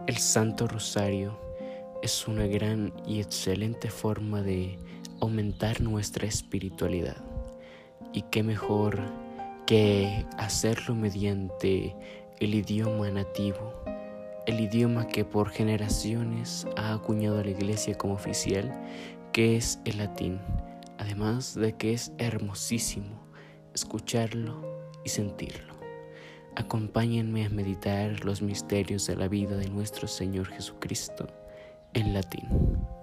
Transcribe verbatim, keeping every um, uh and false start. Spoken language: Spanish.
El Santo Rosario es una gran y excelente forma de aumentar nuestra espiritualidad. Y qué mejor que hacerlo mediante el idioma nativo, el idioma que por generaciones ha acuñado a la Iglesia como oficial, que es el latín, además de que es hermosísimo escucharlo y sentirlo. Acompáñenme a meditar los misterios de la vida de nuestro Señor Jesucristo en latín.